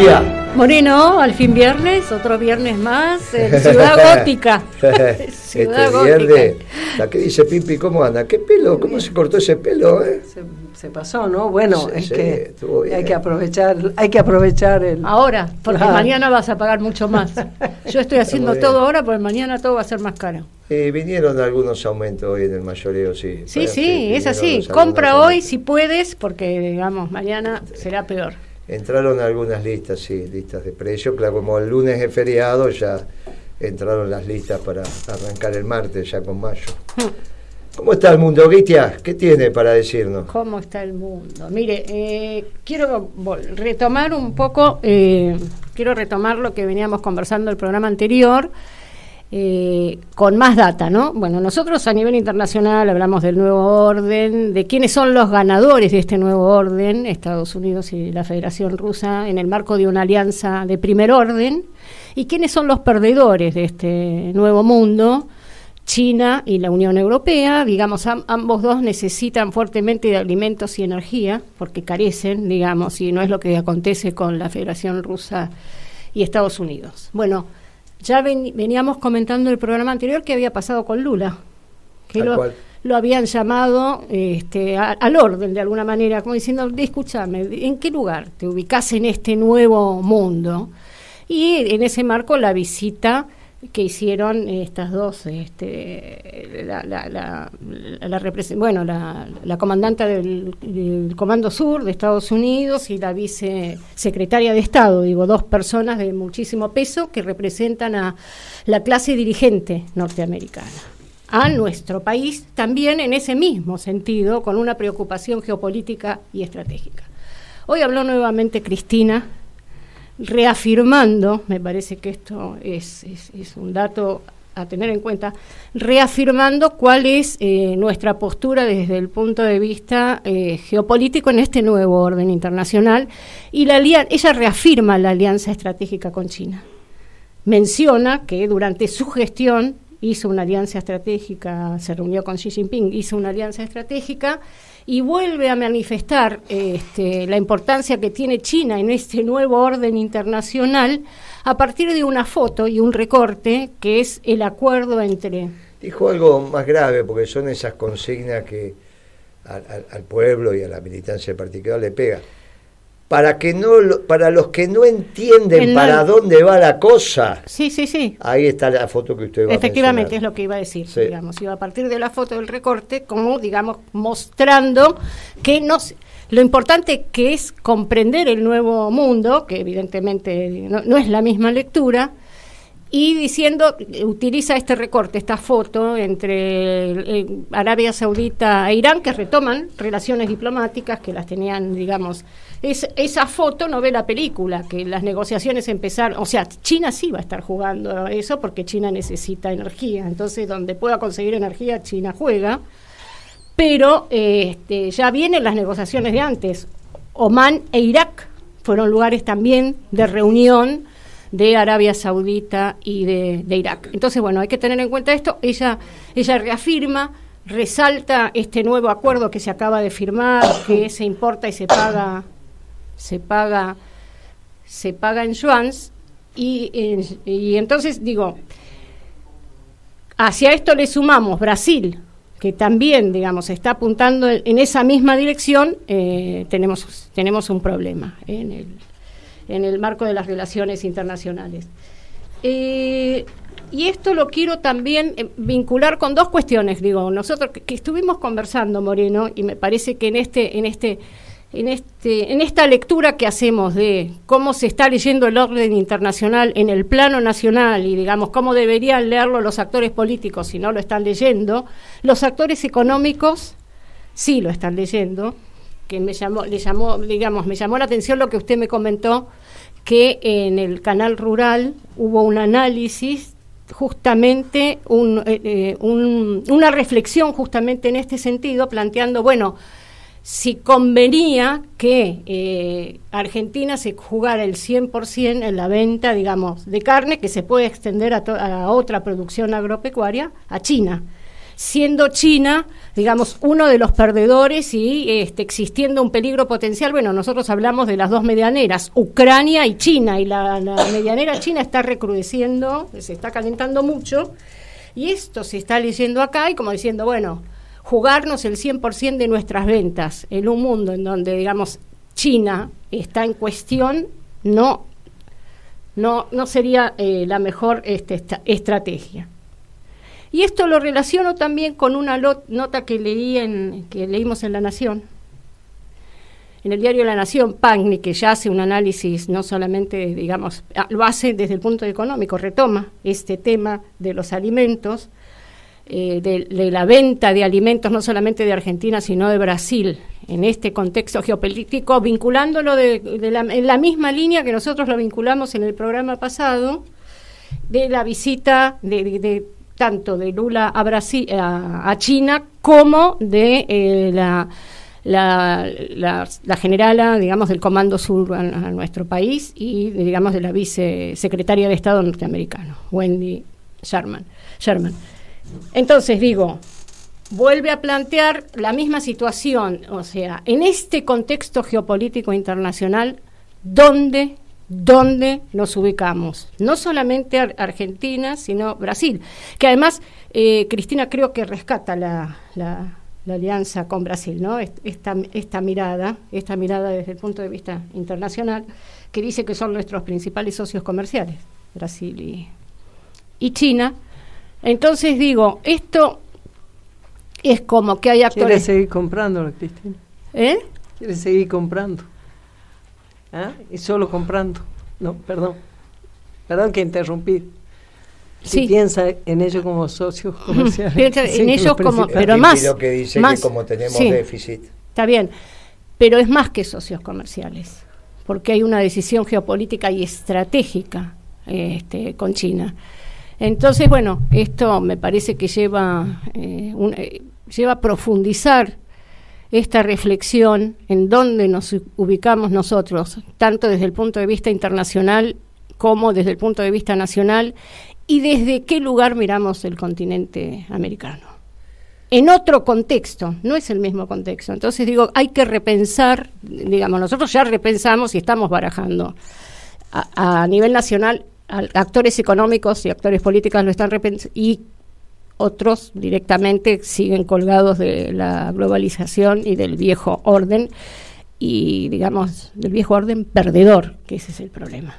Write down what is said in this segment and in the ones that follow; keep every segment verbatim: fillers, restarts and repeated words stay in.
día. Moreno, al fin viernes, otro viernes más, en Ciudad Gótica. Ciudad este Gótica. Viernes, la que dice Pipi, ¿cómo anda? ¿Qué pelo? ¿Cómo se cortó ese pelo? Eh? Se, se pasó, ¿no? Bueno, sí, es sí, que hay que aprovechar, hay que aprovechar el... Ahora, porque ah. mañana vas a pagar mucho más. Yo estoy haciendo todo ahora, porque mañana todo va a ser más caro. Eh, vinieron algunos aumentos hoy en el mayoreo, sí. Sí, sí, es así. Compra hoy si puedes, porque, digamos, mañana será peor. Entraron algunas listas, sí, listas de precios. Claro, como el lunes es feriado, ya entraron las listas para arrancar el martes, ya con mayo. ¿Cómo está el mundo, Guitia? ¿Qué tiene para decirnos? ¿Cómo está el mundo? Mire, eh, quiero retomar un poco, eh, quiero retomar lo que veníamos conversando el programa anterior, Eh, con más data, ¿no? Bueno, nosotros a nivel internacional hablamos del nuevo orden, de quiénes son los ganadores de este nuevo orden, Estados Unidos y la Federación Rusa, en el marco de una alianza de primer orden, y quiénes son los perdedores de este nuevo mundo, China y la Unión Europea. Digamos, am- ambos dos necesitan fuertemente de alimentos y energía, porque carecen, digamos, y no es lo que acontece con la Federación Rusa y Estados Unidos. Bueno, ya ven, veníamos comentando en el programa anterior qué había pasado con Lula, que lo, lo habían llamado este, a, al orden de alguna manera, como diciendo, escúchame, ¿en qué lugar te ubicás en este nuevo mundo? Y en ese marco la visita que hicieron estas dos, este, la, la, la, la, la represen- bueno, la, la comandante del, del Comando Sur de Estados Unidos y la vicesecretaria de Estado, digo, dos personas de muchísimo peso que representan a la clase dirigente norteamericana, a nuestro país también en ese mismo sentido, con una preocupación geopolítica y estratégica. Hoy habló nuevamente Cristina, reafirmando, me parece que esto es, es, es un dato a tener en cuenta, reafirmando cuál es eh, nuestra postura desde el punto de vista eh, geopolítico en este nuevo orden internacional, y la alianza, ella reafirma la alianza estratégica con China. Menciona que durante su gestión hizo una alianza estratégica, se reunió con Xi Jinping, hizo una alianza estratégica, y vuelve a manifestar este, la importancia que tiene China en este nuevo orden internacional a partir de una foto y un recorte que es el acuerdo entre... Dijo algo más grave, porque son esas consignas que al, al, al pueblo y a la militancia en particular le pega. Para que no, para los que no entienden para no... dónde va la cosa, sí, sí, sí. Ahí está la foto que usted va Efectivamente, a es lo que iba a decir, sí. digamos, iba a partir de la foto del recorte, como, digamos, mostrando que nos, lo importante que es comprender el nuevo mundo, que evidentemente no, no es la misma lectura, y diciendo, utiliza este recorte, esta foto entre eh, Arabia Saudita e Irán, que retoman relaciones diplomáticas que las tenían, digamos, es, esa foto no ve la película, que las negociaciones empezaron, o sea, China sí va a estar jugando eso porque China necesita energía, entonces donde pueda conseguir energía China juega, pero eh, este, ya vienen las negociaciones de antes. Omán e Irak fueron lugares también de reunión de Arabia Saudita y de, de Irak. Entonces, bueno, hay que tener en cuenta esto. Ella, ella reafirma, resalta este nuevo acuerdo que se acaba de firmar, que se importa y se paga, se paga, se paga en yuans, y, y, y entonces digo, hacia esto le sumamos Brasil, que también, digamos, está apuntando en esa misma dirección. eh, tenemos, tenemos un problema en el en el marco de las relaciones internacionales. Eh, y esto lo quiero también eh, vincular con dos cuestiones, digo, nosotros que, que estuvimos conversando, Moreno, y me parece que en este, en este, en este, en esta lectura que hacemos de cómo se está leyendo el orden internacional en el plano nacional, y digamos cómo deberían leerlo los actores políticos si no lo están leyendo, los actores económicos sí lo están leyendo, que me llamó, le llamó, digamos, me llamó la atención lo que usted me comentó, que en el Canal Rural hubo un análisis, justamente un, eh, un, una reflexión justamente en este sentido, planteando, bueno, si convenía que eh, Argentina se jugara el cien por ciento en la venta, digamos, de carne, que se puede extender a, to- a otra producción agropecuaria, a China. siendo China, digamos, uno de los perdedores y este, existiendo un peligro potencial. Bueno, nosotros hablamos de las dos medianeras, Ucrania y China, y la, la medianera china está recrudeciendo, se está calentando mucho, y esto se está leyendo acá y como diciendo, bueno, jugarnos el cien por ciento de nuestras ventas en un mundo en donde, digamos, China está en cuestión, no, no, no sería eh, la mejor este, esta, estrategia. Y esto lo relaciono también con una lot, nota que leí en, que leímos en La Nación, en el diario La Nación, Pagni, que ya hace un análisis, no solamente, digamos, lo hace desde el punto económico, retoma este tema de los alimentos, eh, de, de la venta de alimentos, no solamente de Argentina, sino de Brasil, en este contexto geopolítico, vinculándolo de, de la, en la misma línea que nosotros lo vinculamos en el programa pasado, de la visita de, de, de tanto de Lula a Brasil, a, a China, como de eh, la, la, la, la generala, digamos, del Comando Sur a, a nuestro país y, digamos, de la vicesecretaria de Estado norteamericano, Wendy Sherman. Sherman. Entonces, digo, vuelve a plantear la misma situación, o sea, en este contexto geopolítico internacional, ¿dónde ¿Dónde nos ubicamos? No solamente Ar- Argentina, sino Brasil, que además, eh, Cristina creo que rescata la, la, la alianza con Brasil, ¿no? Esta, esta mirada, esta mirada desde el punto de vista internacional, que dice que son nuestros principales socios comerciales, Brasil y, y China. Entonces digo, esto es como que hay actores... ¿Quiere seguir comprando, Cristina? ¿Eh? ¿Quiere seguir comprando? ¿Ah? Y solo comprando. No, perdón. Perdón que interrumpí. Si sí. Piensa en ellos como socios comerciales. Piensa sí, en ellos como, pero y más. lo que dice más, que como tenemos sí, déficit. Está bien, pero es más que socios comerciales, porque hay una decisión geopolítica y estratégica este, con China. Entonces, bueno, esto me parece que lleva, eh, un, eh, lleva a profundizar esta reflexión en dónde nos ubicamos nosotros, tanto desde el punto de vista internacional como desde el punto de vista nacional, y desde qué lugar miramos el continente americano. En otro contexto, no es el mismo contexto. Entonces digo, hay que repensar, digamos, nosotros ya repensamos y estamos barajando a, a nivel nacional, a, actores económicos y actores políticos lo están repensando, y otros directamente siguen colgados de la globalización y del viejo orden, y digamos, del viejo orden perdedor, que ese es el problema.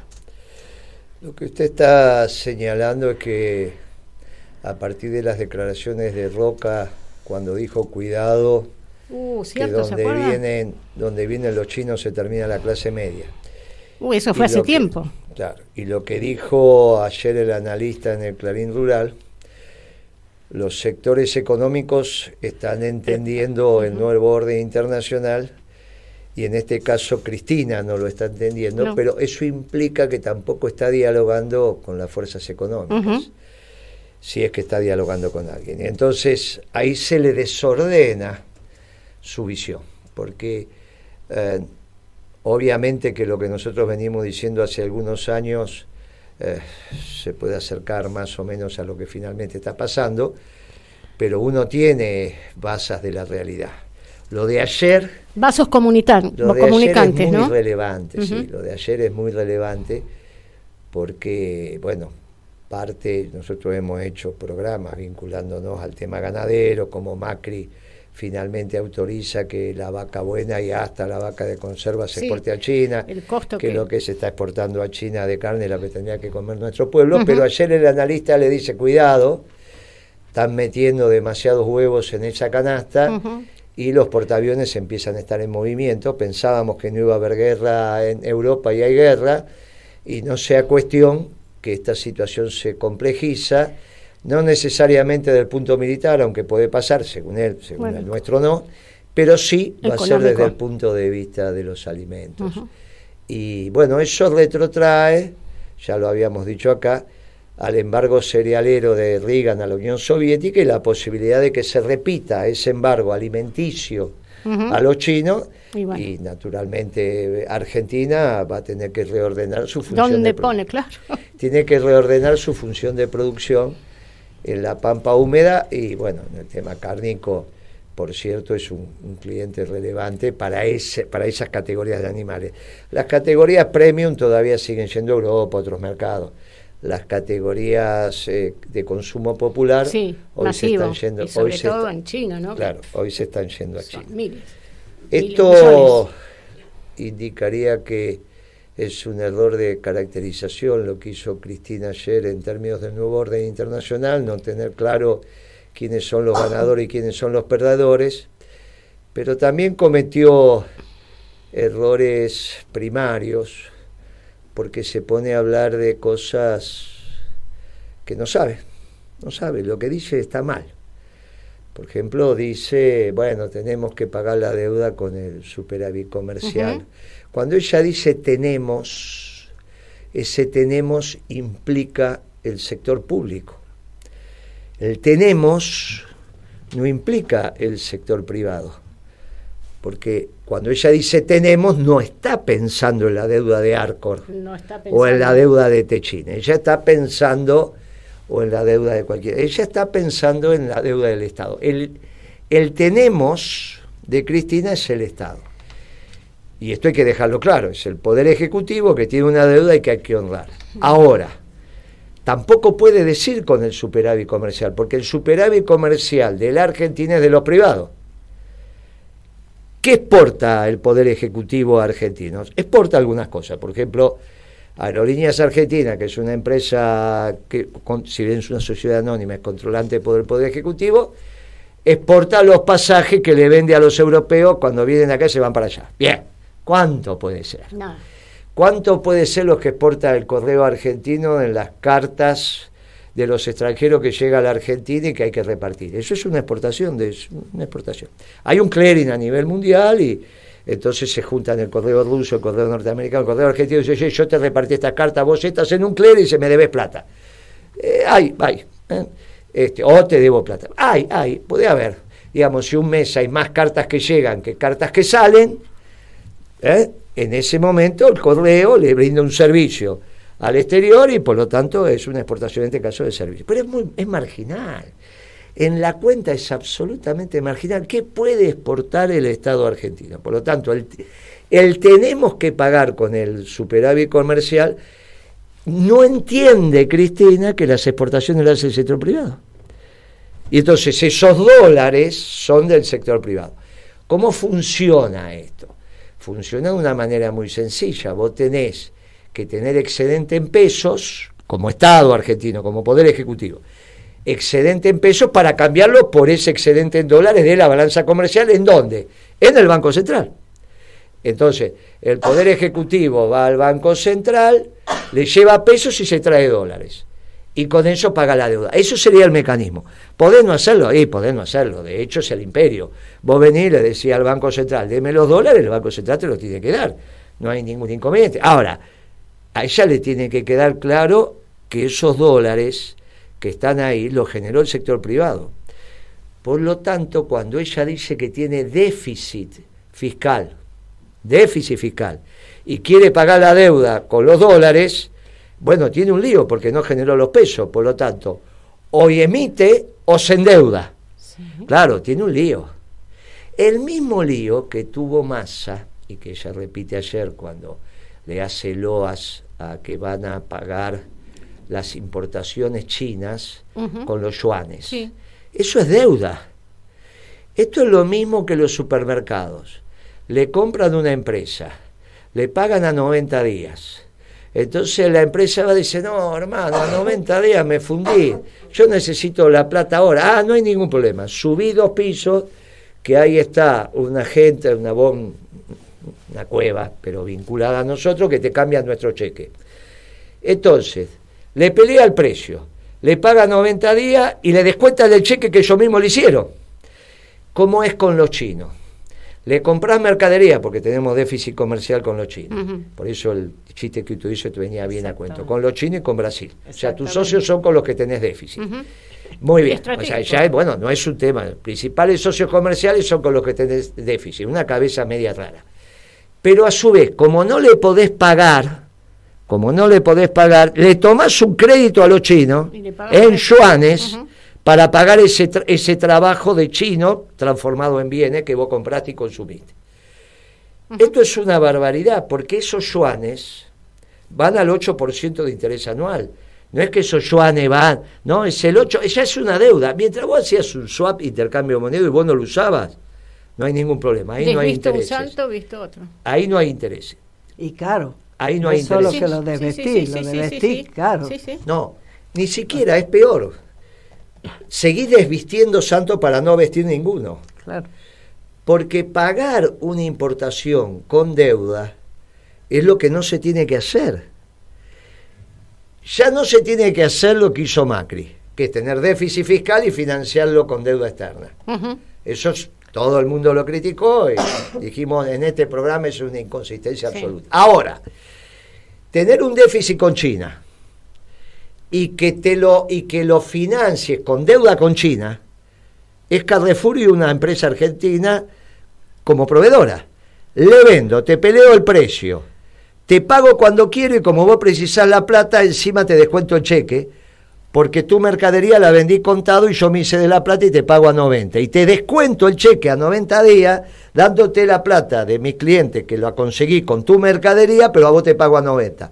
Lo que usted está señalando es que a partir de las declaraciones de Roca, cuando dijo cuidado, uh, ¿cierto? que donde vienen, donde vienen los chinos se termina la clase media. Uh, eso fue hace que, tiempo. Claro, y lo que dijo ayer el analista en el Clarín Rural, los sectores económicos están entendiendo el nuevo orden internacional, y en este caso Cristina no lo está entendiendo, no. Pero eso implica que tampoco está dialogando con las fuerzas económicas, uh-huh. si es que está dialogando con alguien. Entonces ahí se le desordena su visión, porque eh, obviamente que lo que nosotros venimos diciendo hace algunos años Eh, se puede acercar más o menos a lo que finalmente está pasando, pero uno tiene bases de la realidad. Lo de ayer... Vasos comunitantes, lo de comunicantes, ayer es muy ¿no? relevante, uh-huh. sí, lo de ayer es muy relevante porque, bueno, parte, nosotros hemos hecho programas vinculándonos al tema ganadero, como Macri finalmente autoriza que la vaca buena y hasta la vaca de conserva se sí, exporte a China, el costo que, que lo que se está exportando a China de carne la que tendría que comer nuestro pueblo, uh-huh. pero ayer el analista le dice, cuidado, están metiendo demasiados huevos en esa canasta, uh-huh. y los portaaviones empiezan a estar en movimiento. Pensábamos que no iba a haber guerra en Europa y hay guerra, y no sea cuestión que esta situación se complejiza, no necesariamente del punto militar, aunque puede pasar, según él, según bueno. el nuestro no, pero sí va Económico. a ser desde el punto de vista de los alimentos. Uh-huh. Y bueno, eso retrotrae, ya lo habíamos dicho acá, al embargo cerealero de Reagan a la Unión Soviética y la posibilidad de que se repita ese embargo alimenticio uh-huh. a los chinos, y, bueno. y naturalmente Argentina va a tener que reordenar su función ¿Dónde de pone, claro? Tiene que reordenar su función de producción, en la pampa húmeda, y bueno, en el tema cárnico, por cierto, es un, un cliente relevante para ese, para esas categorías de animales. Las categorías premium todavía siguen siendo Europa, otros mercados. Las categorías eh, de consumo popular, sí, hoy masivo, se están yendo, y sobre hoy todo está, en China, ¿no? Claro, hoy se están yendo a China. Miles, Esto miles, indicaría que es un error de caracterización lo que hizo Cristina ayer en términos del nuevo orden internacional, no tener claro quiénes son los ganadores y quiénes son los perdedores, pero también cometió errores primarios, porque se pone a hablar de cosas que no sabe, no sabe, lo que dice está mal. Por ejemplo, dice, bueno, tenemos que pagar la deuda con el superávit comercial. Uh-huh. Cuando ella dice tenemos, ese tenemos implica el sector público. El tenemos no implica el sector privado, porque cuando ella dice tenemos, no está pensando en la deuda de Arcor, no está o en la deuda de Techin. Ella está pensando, o en la deuda de cualquiera, ella está pensando en la deuda del Estado. El, el tenemos de Cristina es el Estado. Y esto hay que dejarlo claro, es el Poder Ejecutivo que tiene una deuda y que hay que honrar. Ahora, tampoco puede decir con el superávit comercial, porque el superávit comercial de la Argentina es de los privados. ¿Qué exporta el Poder Ejecutivo argentino? Exporta algunas cosas, por ejemplo, Aerolíneas Argentinas, que es una empresa que, si bien es una sociedad anónima, es controlante por el Poder Ejecutivo, exporta los pasajes que le vende a los europeos cuando vienen acá y se van para allá. Bien, ¿cuánto puede ser? No. ¿Cuánto puede ser lo que exporta el correo argentino en las cartas de los extranjeros que llega a la Argentina y que hay que repartir? Eso es una exportación, de, una exportación. Hay un clearing a nivel mundial y entonces se juntan el correo ruso, el correo norteamericano, el correo argentino, y dice, oye, yo te repartí esta carta, vos estás en un clearing y se me debes plata. Eh, ay, ay, eh, este, o te debo plata. Ay, ay, puede haber. Digamos, si un mes hay más cartas que llegan que cartas que salen, ¿eh? En ese momento el correo le brinda un servicio al exterior y por lo tanto es una exportación en este caso de servicio. Pero es, muy, es marginal. En la cuenta es absolutamente marginal. ¿Qué puede exportar el Estado argentino? Por lo tanto, el, el tenemos que pagar con el superávit comercial, no entiende Cristina que las exportaciones las hace el sector privado. Y entonces esos dólares son del sector privado. ¿Cómo funciona esto? Funciona de una manera muy sencilla. Vos tenés que tener excedente en pesos, como Estado argentino, como Poder Ejecutivo, excedente en pesos para cambiarlo por ese excedente en dólares de la balanza comercial. ¿En dónde? En el Banco Central. Entonces, el Poder Ejecutivo va al Banco Central, le lleva pesos y se trae dólares. Y con eso paga la deuda. Eso sería el mecanismo. ¿Podés no hacerlo? Sí, podés no hacerlo. De hecho, es el imperio. Vos venís y le decís al Banco Central, deme los dólares, el Banco Central te los tiene que dar. No hay ningún inconveniente. Ahora, a ella le tiene que quedar claro que esos dólares que están ahí los generó el sector privado. Por lo tanto, cuando ella dice que tiene déficit fiscal, déficit fiscal, y quiere pagar la deuda con los dólares, bueno, tiene un lío porque no generó los pesos, por lo tanto, o emite o se endeuda. Sí. Claro, tiene un lío. El mismo lío que tuvo Massa, y que ella repite ayer cuando le hace loas a que van a pagar las importaciones chinas uh-huh. con los yuanes. Sí. Eso es deuda. Esto es lo mismo que los supermercados. Le compran una empresa, le pagan a noventa días. Entonces la empresa va a decir, no, hermano, a noventa días me fundí, yo necesito la plata ahora. Ah, no hay ningún problema. Subí dos pisos, que ahí está una gente, una, bon, una cueva, pero vinculada a nosotros, que te cambian nuestro cheque. Entonces, le pelea el precio, le paga noventa días y le descuenta del cheque que ellos mismos le hicieron. ¿Cómo es con los chinos? Le compras mercadería, porque tenemos déficit comercial con los chinos. Uh-huh. Por eso el chiste que tú dices te venía bien a cuento. Con los chinos y con Brasil. O sea, tus socios son con los que tenés déficit. Uh-huh. Muy bien. O sea, ya es, bueno, no es un tema. Los principales socios comerciales son con los que tenés déficit. Una cabeza media rara. Pero a su vez, como no le podés pagar, como no le podés pagar, le tomás un crédito a los chinos en yuanes. Uh-huh. para pagar ese, tra- ese trabajo de chino transformado en bienes que vos compraste y consumiste. Uh-huh. Esto es una barbaridad, porque esos yuanes van al ocho por ciento de interés anual. No es que esos yuanes van, no, es el ocho, ya es una deuda. Mientras vos hacías un swap, intercambio de moneda, y vos no lo usabas, no hay ningún problema, ahí no hay intereses. Visto un salto, visto otro. Ahí no hay intereses. Y claro, ahí no, no hay solo intereses. que lo de vestir, sí, sí, sí, lo de sí, vestir, sí, sí. claro. Sí, sí. No, ni siquiera, es peor. Seguís desvistiendo santo para no vestir ninguno. Claro. Porque pagar una importación con deuda es lo que no se tiene que hacer. Ya no se tiene que hacer lo que hizo Macri, que es tener déficit fiscal y financiarlo con deuda externa. Uh-huh. Eso es, todo el mundo lo criticó y dijimos en este programa es una inconsistencia sí. absoluta. Ahora, tener un déficit con China y que te lo y que lo financies con deuda con China es Carrefour y una empresa argentina como proveedora. Le vendo, te peleo el precio, te pago cuando quiero y como vos precisás la plata, encima te descuento el cheque, porque tu mercadería la vendí contado y yo me hice de la plata y te pago a noventa. Y te descuento el cheque a noventa días, dándote la plata de mis clientes que lo conseguí con tu mercadería, pero a vos te pago a noventa.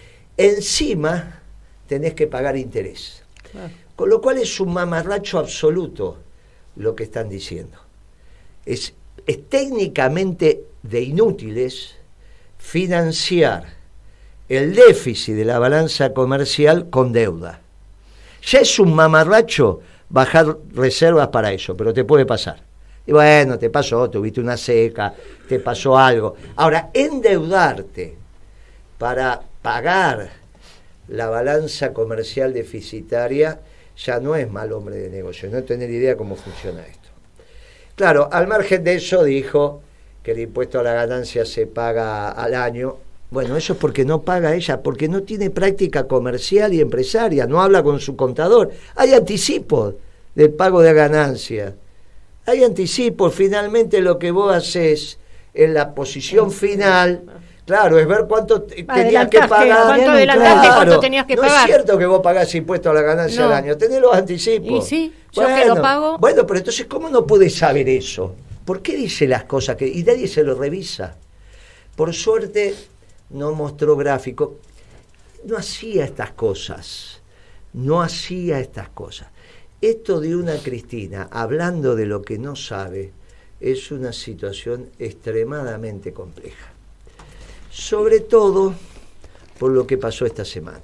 Encima tenés que pagar interés. Claro. Con lo cual es un mamarracho absoluto lo que están diciendo. Es, es técnicamente de inútiles financiar el déficit de la balanza comercial con deuda. Ya es un mamarracho bajar reservas para eso, pero te puede pasar. Y bueno, te pasó, tuviste una seca, te pasó algo. Ahora, endeudarte para pagar la balanza comercial deficitaria ya no es mal hombre de negocio, no tener idea cómo funciona esto. Claro, al margen de eso dijo que el impuesto a la ganancia se paga al año. Bueno, eso es porque no paga ella, porque no tiene práctica comercial y empresaria, no habla con su contador. Hay anticipos del pago de ganancia. Hay anticipos, finalmente lo que vos haces en la posición final, claro, es ver cuánto te, tenías que pagar. ¿Cuánto adelantaste, claro, cuánto tenías que no pagar? No es cierto que vos pagás impuesto a la ganancia no. al año, tenés los anticipos. Y sí, yo bueno, que lo pago. Bueno, pero entonces, ¿cómo no podés saber eso? ¿Por qué dice las cosas que y nadie se lo revisa? Por suerte no mostró gráfico, no hacía estas cosas, no hacía estas cosas. Esto de una Cristina hablando de lo que no sabe es una situación extremadamente compleja, sobre todo por lo que pasó esta semana.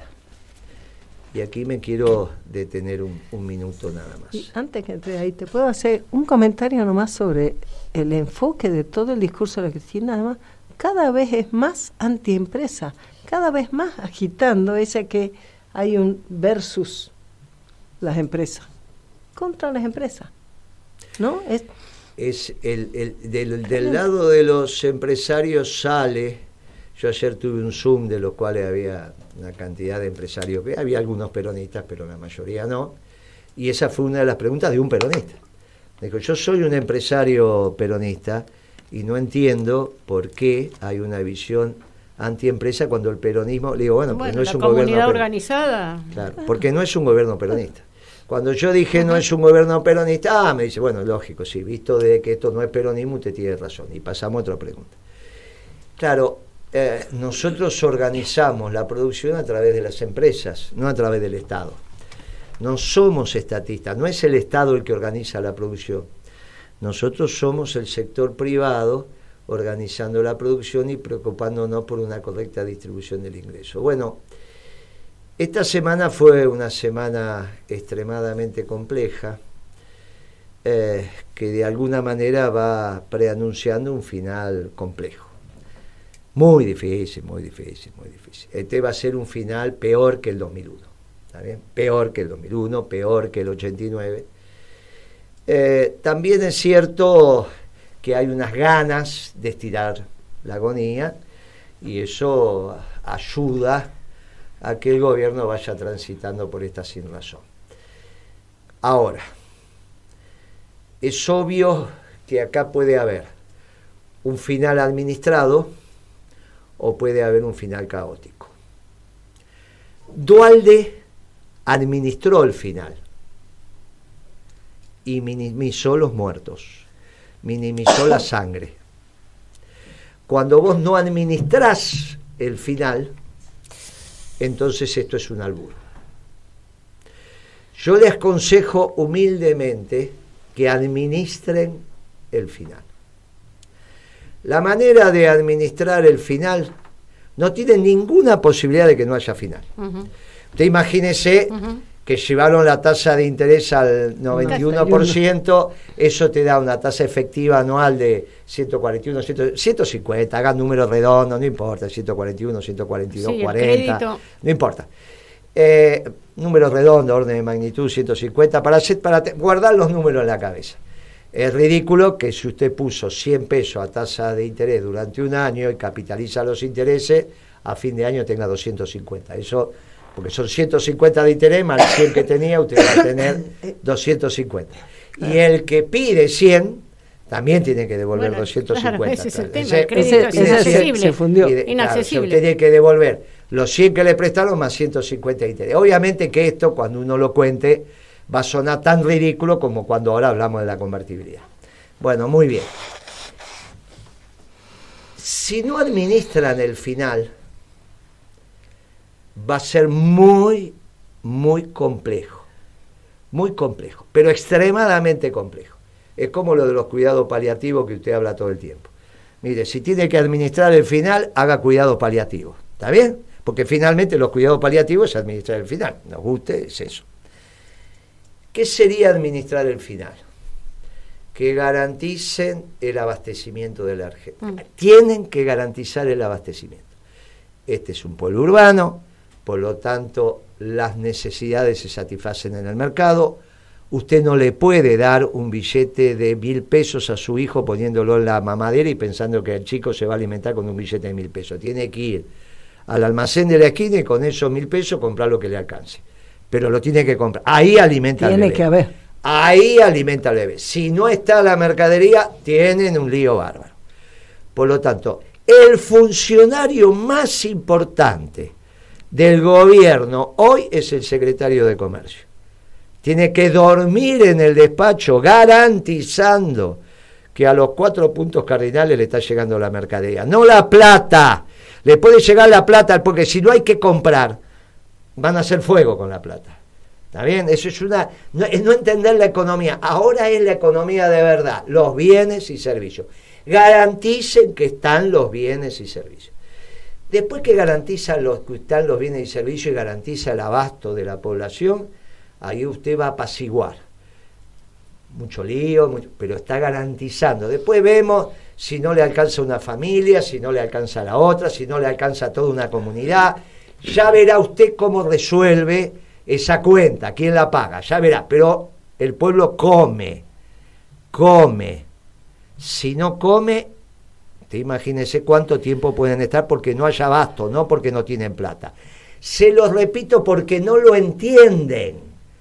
Y aquí me quiero detener un, un minuto nada más. Y antes que entre ahí, ¿te puedo hacer un comentario nomás sobre el enfoque de todo el discurso de la Cristina? Además, cada vez es más antiempresa, cada vez más agitando ese que hay un versus las empresas, contra las empresas, ¿no? Es, es el, el del, del lado de los empresarios sale, yo ayer tuve un Zoom de los cuales había una cantidad de empresarios, que había algunos peronistas, pero la mayoría no, y esa fue una de las preguntas de un peronista. Dijo, yo soy un empresario peronista, y no entiendo por qué hay una visión antiempresa cuando el peronismo, le digo, bueno, bueno porque no es un gobierno gobierno organizada. Claro, porque no es un gobierno peronista. Cuando yo dije no es un gobierno peronista, ah, me dice, bueno, lógico, sí, visto de que esto no es peronismo, usted tiene razón. Y pasamos a otra pregunta. Claro, eh, nosotros organizamos la producción a través de las empresas, no a través del Estado. No somos estatistas, no es el Estado el que organiza la producción. Nosotros somos el sector privado organizando la producción y preocupándonos por una correcta distribución del ingreso. Bueno, esta semana fue una semana extremadamente compleja, eh, que de alguna manera va preanunciando un final complejo. Muy difícil, muy difícil, muy difícil. Este va a ser un final peor que el dos mil uno, ¿está bien? Peor que el dos mil uno, peor que el ochenta y nueve. Eh, también es cierto que hay unas ganas de estirar la agonía y eso ayuda a que el gobierno vaya transitando por esta sin razón. Ahora, es obvio que acá puede haber un final administrado o puede haber un final caótico. Duhalde administró el final. y minimizó los muertos, minimizó la sangre. Cuando vos no administrás el final, entonces esto es un albur. Yo les aconsejo humildemente que administren el final. La manera de administrar el final no tiene ninguna posibilidad de que no haya final. Uh-huh. Usted imagínese uh-huh. que llevaron la tasa de interés al noventa y uno por ciento, eso te da una tasa efectiva anual de ciento cuarenta y uno, ciento cincuenta, hagan números redondos, no importa, ciento cuarenta y uno, ciento cuarenta y dos, sí, cuarenta, no importa. Eh, números redondos, orden de magnitud, ciento cincuenta, para, hacer, para te, guardar los números en la cabeza. Es ridículo que si usted puso cien pesos a tasa de interés durante un año y capitaliza los intereses, a fin de año tenga doscientos cincuenta. Eso, porque son ciento cincuenta de interés, más cien que tenía, usted va a tener doscientos cincuenta. Y el que pide cien, también tiene que devolver bueno, doscientos cincuenta. Claro, ese es el tema, el crédito ese, es inaccesible. Se fundió. De, inaccesible. Claro, usted tiene que devolver los cien que le prestaron más ciento cincuenta de interés. Obviamente que esto, cuando uno lo cuente, va a sonar tan ridículo como cuando ahora hablamos de la convertibilidad. Bueno, muy bien. Si no administran el final, va a ser muy, muy complejo. Muy complejo, pero extremadamente complejo. Es como lo de los cuidados paliativos que usted habla todo el tiempo. Mire, si tiene que administrar el final, haga cuidados paliativos. ¿Está bien? Porque finalmente los cuidados paliativos es administrar el final. Nos guste, es eso. ¿Qué sería administrar el final? Que garanticen el abastecimiento de la Argentina. Mm. Tienen que garantizar el abastecimiento. Este es un pueblo urbano, por lo tanto las necesidades se satisfacen en el mercado. Usted no le puede dar un billete de mil pesos a su hijo poniéndolo en la mamadera y pensando que el chico se va a alimentar con un billete de mil pesos. Tiene que ir al almacén de la esquina y con esos mil pesos comprar lo que le alcance. Pero lo tiene que comprar. Ahí alimenta al bebé. Tiene que haber. Ahí alimenta al bebé. Si no está la mercadería, tienen un lío bárbaro. Por lo tanto, el funcionario más importante del gobierno hoy es el secretario de Comercio. Tiene que dormir en el despacho garantizando que a los cuatro puntos cardinales le está llegando la mercadería. No la plata. Le puede llegar la plata porque si no hay que comprar, van a hacer fuego con la plata. ¿Está bien? Eso es una... No, es no entender la economía. Ahora es la economía de verdad. Los bienes y servicios. Garanticen que están los bienes y servicios. Después que garantizan los, que están los bienes y servicios y garantiza el abasto de la población, ahí usted va a apaciguar. Mucho lío, mucho, pero está garantizando. Después vemos si no le alcanza una familia, si no le alcanza a la otra, si no le alcanza a toda una comunidad. Ya verá usted cómo resuelve esa cuenta, quién la paga, ya verá. Pero el pueblo come, come. Si no come, te imagínese cuánto tiempo pueden estar porque no haya abasto, no porque no tienen plata. Se los repito porque no lo entienden.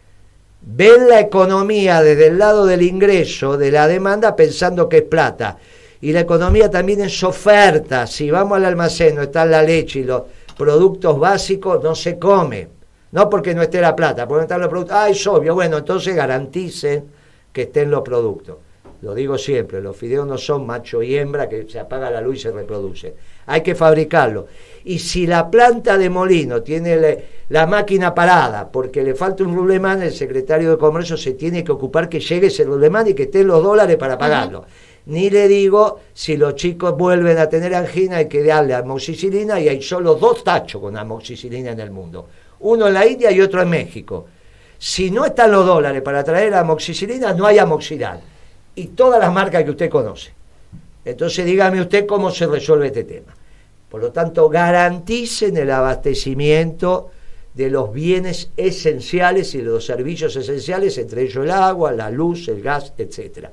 Ven la economía desde el lado del ingreso, de la demanda, pensando que es plata. Y la economía también es oferta. Si vamos al almacén, no está la leche y los productos básicos, no se come. No porque no esté la plata, porque no están los productos. Ah, es obvio. Bueno, entonces garanticen que estén los productos. Lo digo siempre, los fideos no son macho y hembra que se apaga la luz y se reproduce. Hay que fabricarlo. Y si la planta de molino tiene le, la máquina parada porque le falta un rublemán, el secretario de Comercio se tiene que ocupar que llegue ese rublemán y que estén los dólares para pagarlo. Uh-huh. Ni le digo si los chicos vuelven a tener angina, hay que darle amoxicilina y hay solo dos tachos con amoxicilina en el mundo. Uno en la India y otro en México. Si no están los dólares para traer amoxicilina, no hay amoxidal. Y todas las marcas que usted conoce. Entonces dígame usted cómo se resuelve este tema. Por lo tanto, garanticen el abastecimiento de los bienes esenciales y de los servicios esenciales, entre ellos el agua, la luz, el gas, etcétera.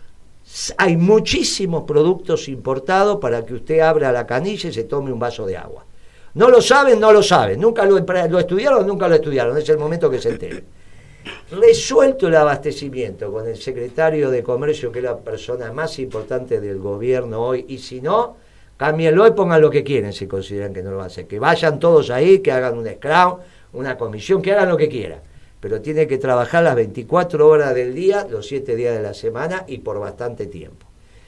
Hay muchísimos productos importados para que usted abra la canilla y se tome un vaso de agua. No lo saben, no lo saben. Nunca lo, lo estudiaron, nunca lo estudiaron. Es el momento que se enteren. Resuelto el abastecimiento con el secretario de Comercio, que es la persona más importante del gobierno hoy, y si no, cámbienlo y pongan lo que quieren si consideran que no lo va a hacer. Que vayan todos ahí, que hagan un scrum, una comisión, que hagan lo que quieran. pero tiene que trabajar las veinticuatro horas del día, los siete días de la semana y por bastante tiempo.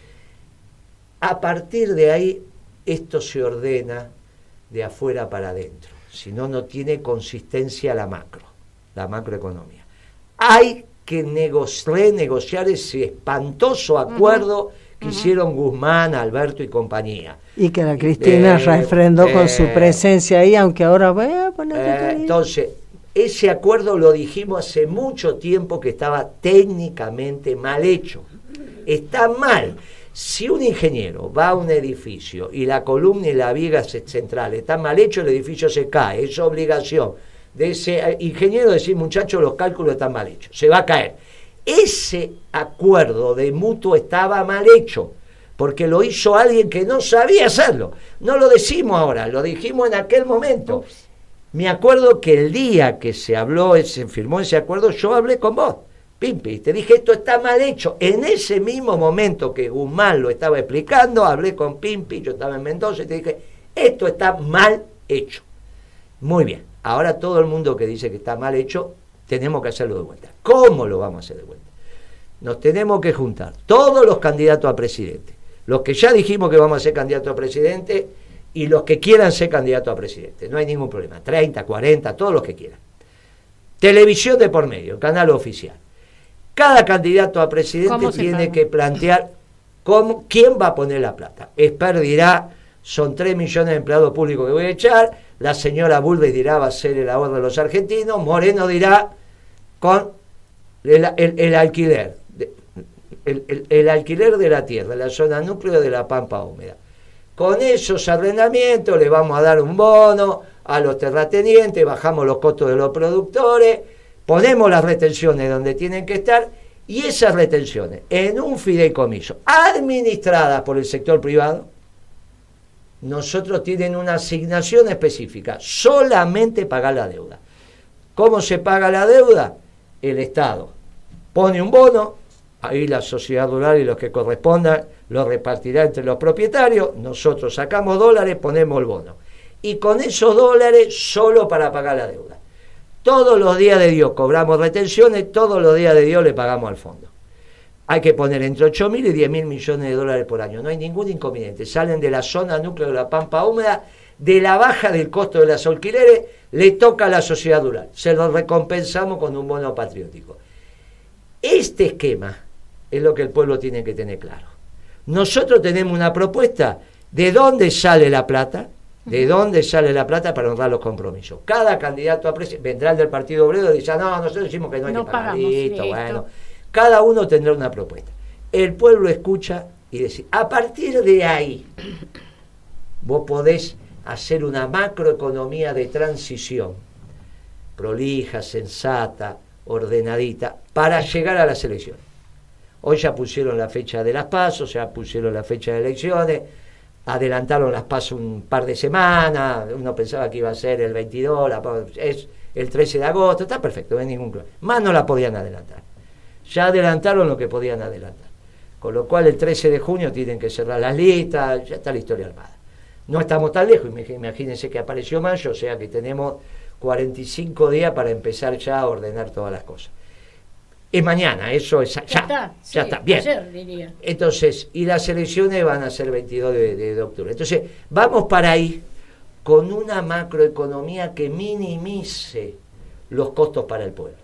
A partir de ahí, esto se ordena de afuera para adentro, si no, no tiene consistencia la macro, la macroeconomía. Hay que nego- renegociar ese espantoso acuerdo uh-huh. que uh-huh. hicieron Guzmán, Alberto y compañía. Y que la Cristina eh, refrendó eh, con su presencia ahí, aunque ahora voy a poner... Eh, entonces, ese acuerdo lo dijimos hace mucho tiempo que estaba técnicamente mal hecho. Está mal. Si un ingeniero va a un edificio y la columna y la viga central está mal hecho, el edificio se cae. Es obligación de ese ingeniero decir, muchachos, los cálculos están mal hechos, se va a caer. Ese acuerdo de mutuo estaba mal hecho, porque lo hizo alguien que no sabía hacerlo. No lo decimos ahora, lo dijimos en aquel momento. Me acuerdo que el día que se habló, se firmó ese acuerdo, yo hablé con vos, Pimpi, te dije, esto está mal hecho. En ese mismo momento que Guzmán lo estaba explicando, hablé con Pimpi, yo estaba en Mendoza, y te dije, esto está mal hecho. Muy bien, ahora todo el mundo que dice que está mal hecho, tenemos que hacerlo de vuelta. ¿Cómo lo vamos a hacer de vuelta? Nos tenemos que juntar todos los candidatos a presidente, los que ya dijimos que vamos a ser candidatos a presidente y los que quieran ser candidatos a presidente. No hay ningún problema, treinta, cuarenta, todos los que quieran. Televisión de por medio, canal oficial. Cada candidato a presidente tiene que plantear cómo, quién va a poner la plata. Esper dirá, son tres millones de empleados públicos que voy a echar. La señora Bulnes dirá, va a ser el ahorro de los argentinos. Moreno dirá, con el, el, el alquiler. El, el, el alquiler de la tierra, la zona núcleo de la pampa húmeda. Con esos arrendamientos le vamos a dar un bono a los terratenientes, bajamos los costos de los productores, ponemos las retenciones donde tienen que estar, y esas retenciones en un fideicomiso administradas por el sector privado, nosotros tienen una asignación específica, solamente pagar la deuda. ¿Cómo se paga la deuda? El Estado pone un bono, ahí la sociedad rural y los que correspondan lo repartirá entre los propietarios, nosotros sacamos dólares, ponemos el bono. Y con esos dólares solo para pagar la deuda. Todos los días de Dios cobramos retenciones, todos los días de Dios le pagamos al fondo. Hay que poner entre ocho mil y diez mil millones de dólares por año, no hay ningún inconveniente. Salen de la zona núcleo de la pampa húmeda, de la baja del costo de las alquileres, le toca a la sociedad rural. Se lo recompensamos con un bono patriótico. Este esquema es lo que el pueblo tiene que tener claro. Nosotros tenemos una propuesta de dónde sale la plata, de dónde sale la plata para honrar los compromisos. Cada candidato a presidente vendrá el del Partido Obrero y dice, no, nosotros decimos que no hay no que pagar, listo, bueno. Cada uno tendrá una propuesta. El pueblo escucha y dice, a partir de ahí, vos podés hacer una macroeconomía de transición, prolija, sensata, ordenadita, para llegar a las elecciones. Hoy ya pusieron la fecha de las PASO, ya pusieron la fecha de elecciones, adelantaron las PASO un par de semanas, uno pensaba que iba a ser el veintidós, la, es el trece de agosto, está perfecto, no hay ningún problema. Más no la podían adelantar. Ya adelantaron lo que podían adelantar. Con lo cual el trece de junio tienen que cerrar las listas, ya está la historia armada. No estamos tan lejos, imagínense que apareció mayo, o sea que tenemos cuarenta y cinco días para empezar ya a ordenar todas las cosas. Es mañana, eso es ya, ya está, ya sí, está, bien. Ayer, diría. Entonces, y las elecciones van a ser veintidós de, de, de octubre. Entonces, vamos para ahí con una macroeconomía que minimice los costos para el pueblo.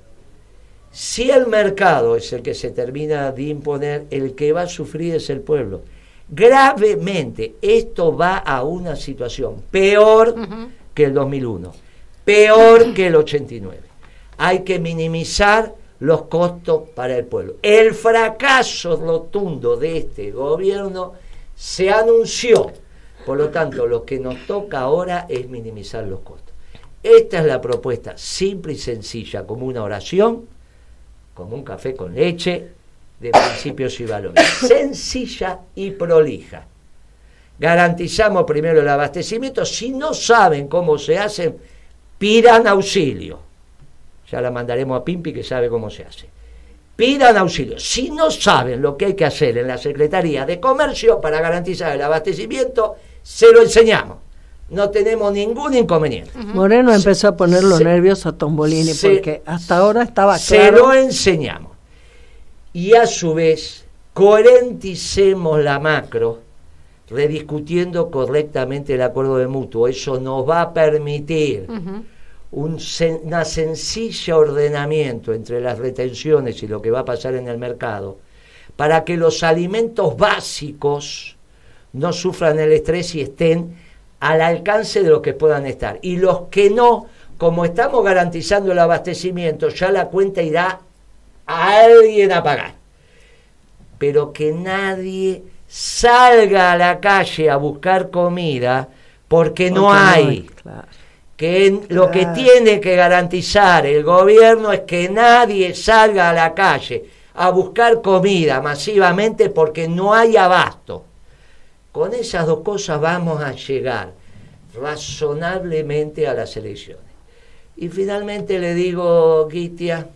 Si el mercado es el que se termina de imponer, el que va a sufrir es el pueblo. Gravemente, esto va a una situación peor uh-huh. que el dos mil uno, peor que el ochenta y nueve. Hay que minimizar los costos para el pueblo. El fracaso rotundo de este gobierno se anunció, por lo tanto lo que nos toca ahora es minimizar los costos. Esta es la propuesta simple y sencilla, como una oración, como un café con leche, de principios y valores, sencilla y prolija. Garantizamos primero el abastecimiento. Si no saben cómo se hace, pidan auxilio. Ya la mandaremos a Pimpi, que sabe cómo se hace. Pidan auxilio. Si no saben lo que hay que hacer en la Secretaría de Comercio para garantizar el abastecimiento, se lo enseñamos. no tenemos ningún inconveniente. Uh-huh. Moreno se, empezó a poner los nervios a Tombolini se, porque hasta ahora estaba claro. Se lo enseñamos. Y a su vez, coherenticemos la macro, rediscutiendo correctamente el acuerdo de mutuo. Eso nos va a permitir uh-huh. un sen, una sencilla ordenamiento entre las retenciones y lo que va a pasar en el mercado, para que los alimentos básicos no sufran el estrés y estén al alcance de los que puedan estar. Y los que no, como estamos garantizando el abastecimiento, ya la cuenta irá a alguien a pagar. Pero que nadie salga a la calle a buscar comida porque, porque no hay. No, claro. Que en, claro. Lo que tiene que garantizar el gobierno es que nadie salga a la calle a buscar comida masivamente porque no hay abasto. Con esas dos cosas vamos a llegar razonablemente a las elecciones. Y finalmente le digo, Gitia,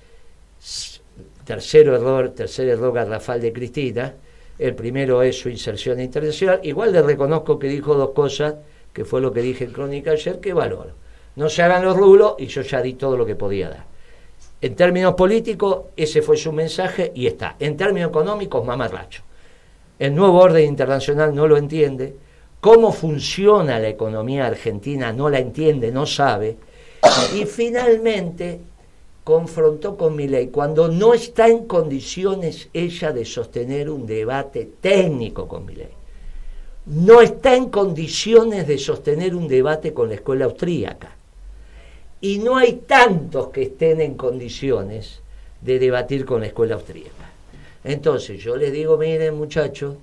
tercero error, tercer error garrafal de Cristina. El primero es su inserción internacional. Igual le reconozco que dijo dos cosas, que fue lo que dije en Crónica ayer, que valoro. No se hagan los rulos y yo ya di todo lo que podía dar. En términos políticos, ese fue su mensaje y está. En términos económicos, mamarracho. El nuevo orden internacional no lo entiende. Cómo funciona la economía argentina no la entiende, no sabe. Y finalmente confrontó con Milei cuando no está en condiciones ella de sostener un debate técnico con Milei. No está en condiciones de sostener un debate con la escuela austríaca. Y no hay tantos que estén en condiciones de debatir con la escuela austríaca. Entonces yo les digo, miren muchachos,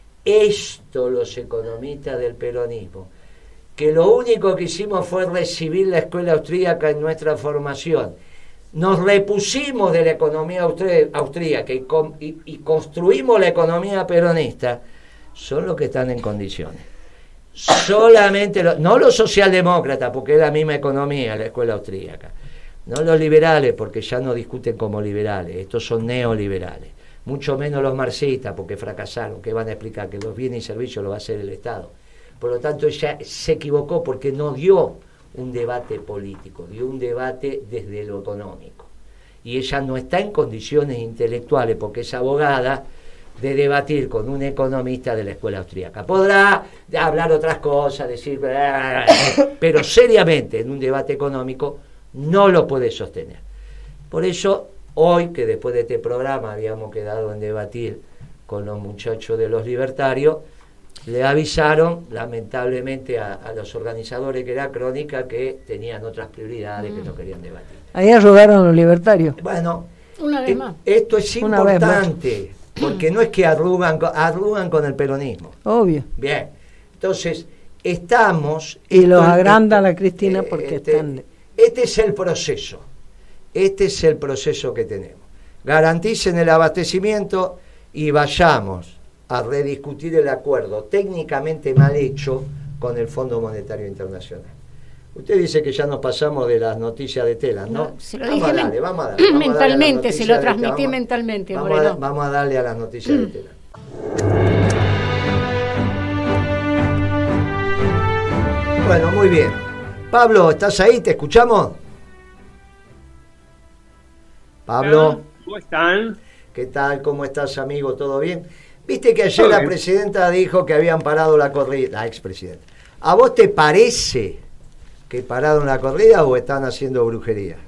esto los economistas del peronismo, que lo único que hicimos fue recibir la escuela austríaca en nuestra formación, nos repusimos de la economía austríaca y, y, y construimos la economía peronista, son los que están en condiciones. Solamente, lo, no los socialdemócratas, porque es la misma economía, la escuela austríaca, no los liberales, porque ya no discuten como liberales, estos son neoliberales, mucho menos los marxistas, porque fracasaron, que van a explicar que los bienes y servicios lo va a hacer el Estado. Por lo tanto, ella se equivocó porque no dio un debate político, dio un debate desde lo económico. Y ella no está en condiciones intelectuales, porque es abogada, de debatir con un economista de la escuela austríaca. Podrá hablar otras cosas, decir, pero seriamente en un debate económico no lo puede sostener. Por eso, hoy, que después de este programa habíamos quedado en debatir con los muchachos de los libertarios, le avisaron, lamentablemente, a, a los organizadores que era Crónica, que tenían otras prioridades, mm. que no querían debatir. Ahí arrogaron los libertarios. Bueno, Una vez más. esto es importante, porque no es que arrugan, arrugan con el peronismo. Obvio. Bien, entonces, estamos... Y esto, los agranda esto, la Cristina porque este, están... Este es el proceso, este es el proceso que tenemos. Garanticen el abastecimiento y vayamos a rediscutir el acuerdo técnicamente mal hecho con el Fondo Monetario Internacional. Usted dice que ya nos pasamos de las noticias de Telam, ¿no? no se lo vamos, dije a darle, vamos a darle, vamos mentalmente, se lo transmití vamos, mentalmente. Vamos a, vamos a darle a las noticias de Telam. Bueno, muy bien. Pablo, ¿estás ahí? ¿Te escuchamos? Pablo. ¿Cómo están? ¿Qué tal? ¿Cómo estás, amigo? ¿Todo bien? Viste que ayer la presidenta dijo que habían parado la corrida, la expresidenta. ¿A vos te parece que pararon la corrida o están haciendo brujería?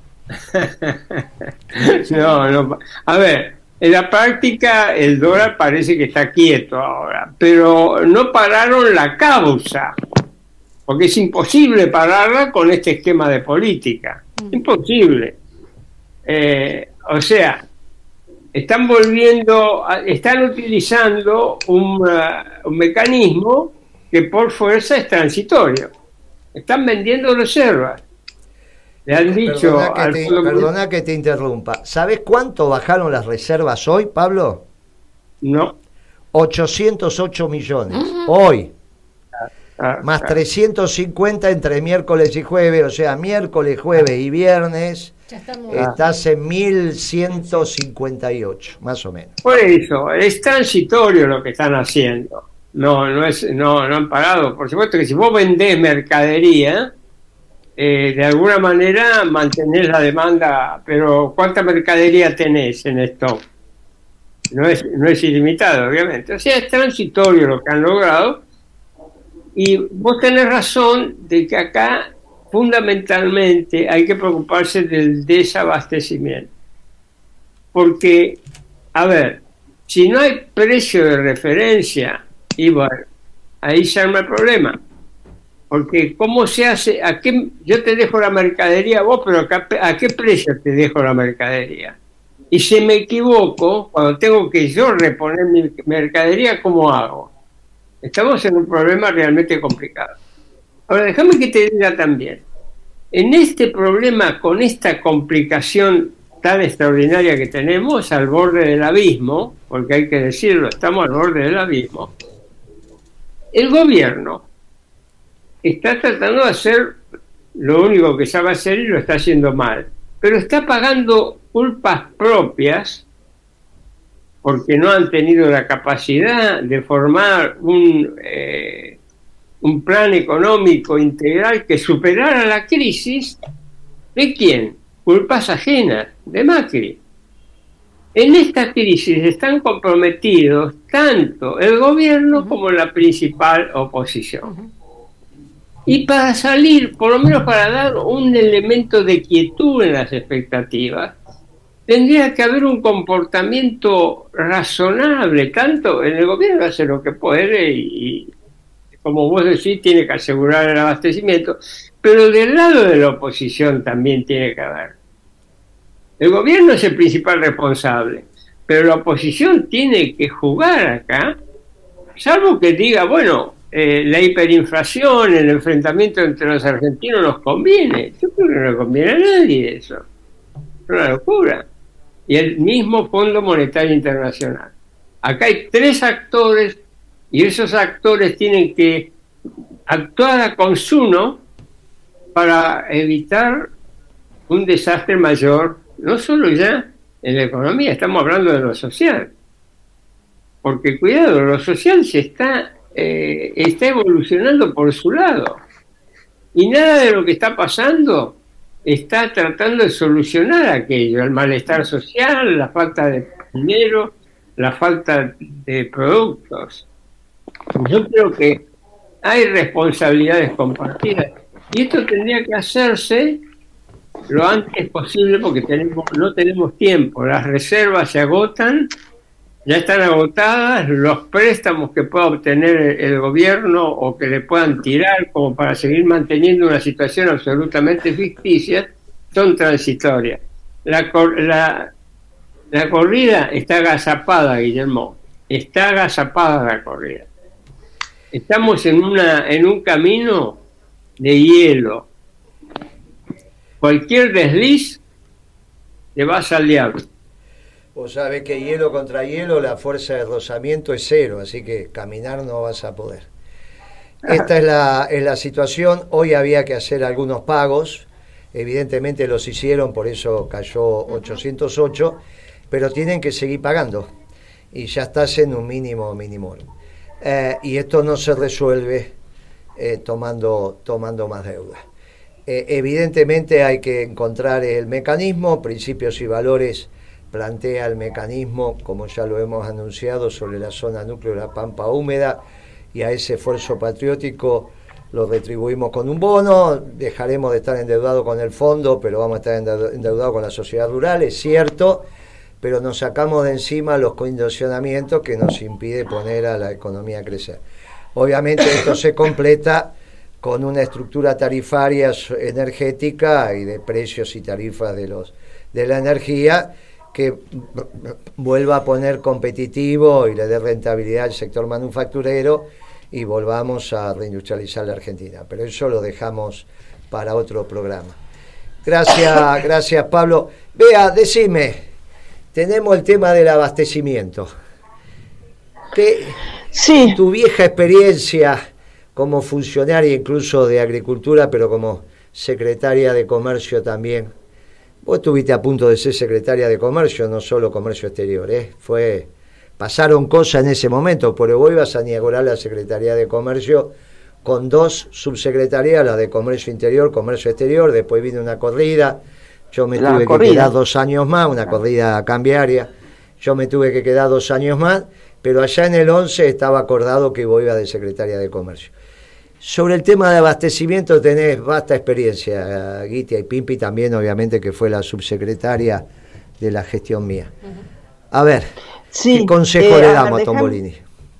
no, no. A ver, en la práctica el dólar parece que está quieto ahora, pero no pararon la causa, porque es imposible pararla con este esquema de política. Imposible. Eh, o sea... Están volviendo, a, están utilizando un, uh, un mecanismo que por fuerza es transitorio. Están vendiendo reservas. Le han dicho... Perdona que, te, perdona que te interrumpa. ¿Sabes cuánto bajaron las reservas hoy, Pablo? No. ochocientos ocho millones. Hoy. Ah, más ah. trescientos cincuenta entre miércoles y jueves. O sea, miércoles, jueves y viernes... Estás en mil ciento cincuenta y ocho, más o menos. Por eso, es transitorio lo que están haciendo. No, no, es, no, no han parado. Por supuesto que si vos vendés mercadería, eh, de alguna manera mantenés la demanda, pero ¿cuánta mercadería tenés en stock? No es, no es ilimitado, obviamente. O sea, es transitorio lo que han logrado. Y vos tenés razón de que acá fundamentalmente hay que preocuparse del desabastecimiento. Porque, a ver, si no hay precio de referencia, y bueno, ahí se arma el problema. Porque ¿cómo se hace? ¿A qué, yo te dejo la mercadería a vos, pero acá, ¿a qué precio te dejo la mercadería? Y si me equivoco, cuando tengo que yo reponer mi mercadería, ¿cómo hago? Estamos en un problema realmente complicado. Ahora, déjame que te diga también, en este problema, con esta complicación tan extraordinaria que tenemos, al borde del abismo, porque hay que decirlo, estamos al borde del abismo, el gobierno está tratando de hacer lo único que sabe hacer y lo está haciendo mal, pero está pagando culpas propias porque no han tenido la capacidad de formar un, eh, un plan económico integral que superara la crisis. ¿De quién? Culpas ajenas, de Macri. En esta crisis están comprometidos tanto el gobierno como la principal oposición. Y para salir, por lo menos para dar un elemento de quietud en las expectativas, tendría que haber un comportamiento razonable, tanto en el gobierno hace lo que puede y, y como vos decís, tiene que asegurar el abastecimiento, pero del lado de la oposición también tiene que haber. El gobierno es el principal responsable, pero la oposición tiene que jugar acá, salvo que diga, bueno, eh, la hiperinflación, el enfrentamiento entre los argentinos nos conviene. Yo creo que no le conviene a nadie eso. Es una locura. Y el mismo Fondo Monetario Internacional. Acá hay tres actores y esos actores tienen que actuar a consuno para evitar un desastre mayor, no solo ya en la economía, estamos hablando de lo social. Porque cuidado, lo social se está, eh, está evolucionando por su lado. Y nada de lo que está pasando está tratando de solucionar aquello, el malestar social, la falta de dinero, la falta de productos. Yo creo que hay responsabilidades compartidas y esto tendría que hacerse lo antes posible porque tenemos, no tenemos tiempo, las reservas se agotan, ya están agotadas, los préstamos que pueda obtener el, el gobierno o que le puedan tirar como para seguir manteniendo una situación absolutamente ficticia son transitorias. La, la, la corrida está agazapada, Guillermo, está agazapada la corrida. Estamos en, una, en un camino de hielo. Cualquier desliz te vas al diablo. Vos sabés que hielo contra hielo la fuerza de rozamiento es cero, así que caminar no vas a poder. Esta es la, es la situación. Hoy había que hacer algunos pagos, evidentemente los hicieron, por eso cayó ochocientos ocho, pero tienen que seguir pagando y ya estás en un mínimo mínimo. Eh, y esto no se resuelve eh, tomando, tomando más deuda. Eh, evidentemente hay que encontrar el mecanismo, principios y valores plantea el mecanismo, como ya lo hemos anunciado, sobre la zona núcleo de la Pampa Húmeda, y a ese esfuerzo patriótico lo retribuimos con un bono. Dejaremos de estar endeudados con el fondo, pero vamos a estar endeudados con la sociedad rural, es cierto, pero nos sacamos de encima los condicionamientos que nos impide poner a la economía a crecer. Obviamente esto se completa con una estructura tarifaria energética y de precios y tarifas de los de la energía que vuelva a poner competitivo y le dé rentabilidad al sector manufacturero y volvamos a reindustrializar la Argentina. Pero eso lo dejamos para otro programa. Gracias, gracias Pablo. Bea, decime, tenemos el tema del abastecimiento. ¿Qué, sí. Tu vieja experiencia como funcionaria incluso de Agricultura, pero como secretaria de Comercio también? Vos estuviste a punto de ser secretaria de Comercio, no solo Comercio Exterior, ¿eh? Fue pasaron cosas en ese momento, porque vos ibas a inaugurar la Secretaría de Comercio con dos subsecretarías, la de Comercio Interior, Comercio Exterior, después vino una corrida, yo me la tuve corrida. que quedar dos años más, una corrida cambiaria, yo me tuve que quedar dos años más, pero allá en el once estaba acordado que vos ibas de Secretaría de Comercio. Sobre el tema de abastecimiento tenés vasta experiencia, Guitia, y Pimpi también, obviamente, que fue la subsecretaria de la gestión mía. A ver, sí, ¿qué consejo eh, le a damos ver, a Tombolini?